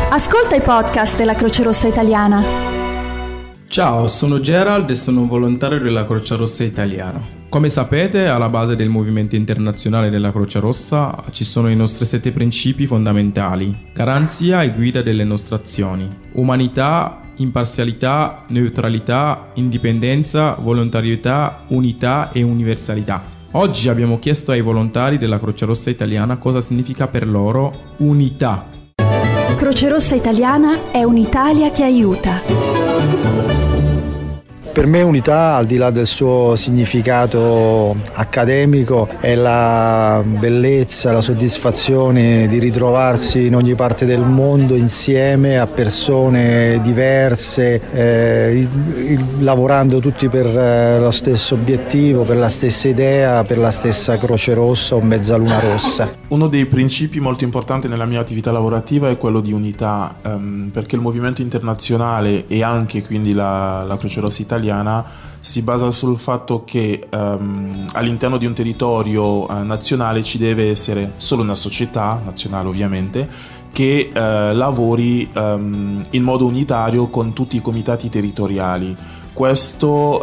Ascolta i podcast della Croce Rossa Italiana. Ciao, sono Gerald e sono un volontario della Croce Rossa Italiana. Come sapete, alla base del movimento internazionale della Croce Rossa ci sono i nostri 7 principi fondamentali: garanzia e guida delle nostre azioni, umanità, imparzialità, neutralità, indipendenza, volontarietà, unità e universalità. Oggi abbiamo chiesto ai volontari della Croce Rossa Italiana cosa significa per loro unità. Croce Rossa Italiana è un'Italia che aiuta. Per me unità, al di là del suo significato accademico, è la bellezza, la soddisfazione di ritrovarsi in ogni parte del mondo insieme a persone diverse, lavorando tutti per lo stesso obiettivo, per la stessa idea, per la stessa Croce Rossa o Mezzaluna Rossa. Uno dei principi molto importanti nella mia attività lavorativa è quello di unità, perché il movimento internazionale e anche quindi la Croce Rossa Italiana si basa sul fatto che all'interno di un territorio nazionale ci deve essere solo una società nazionale, ovviamente, che lavori in modo unitario con tutti i comitati territoriali. Questo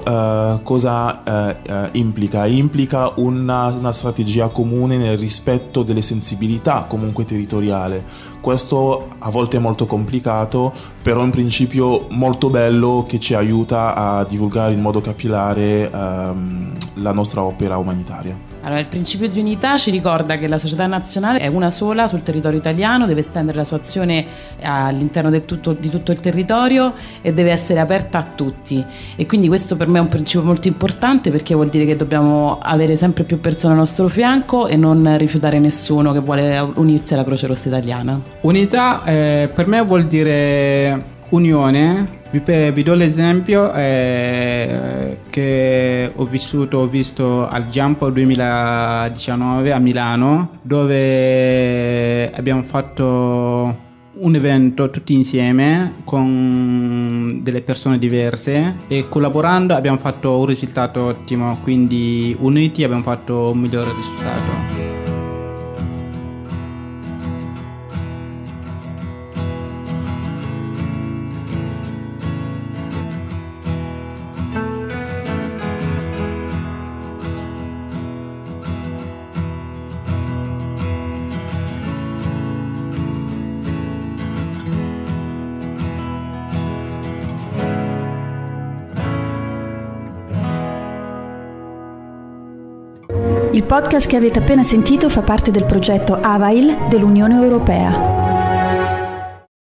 cosa implica? Implica una strategia comune nel rispetto delle sensibilità comunque territoriale. Questo a volte è molto complicato, però è un principio molto bello che ci aiuta a divulgare in modo capillare la nostra opera umanitaria. Allora, il principio di unità ci ricorda che la società nazionale è una sola sul territorio italiano, deve estendere la sua azione all'interno di tutto il territorio e deve essere aperta a tutti. E quindi questo per me è un principio molto importante, perché vuol dire che dobbiamo avere sempre più persone al nostro fianco e non rifiutare nessuno che vuole unirsi alla Croce Rossa Italiana. Unità per me vuol dire unione. Vi do l'esempio che ho visto al Jump 2019 a Milano, dove abbiamo fatto un evento tutti insieme con delle persone diverse e collaborando abbiamo fatto un risultato ottimo, quindi uniti abbiamo fatto un migliore risultato. Il podcast che avete appena sentito fa parte del progetto AVAIL dell'Unione Europea.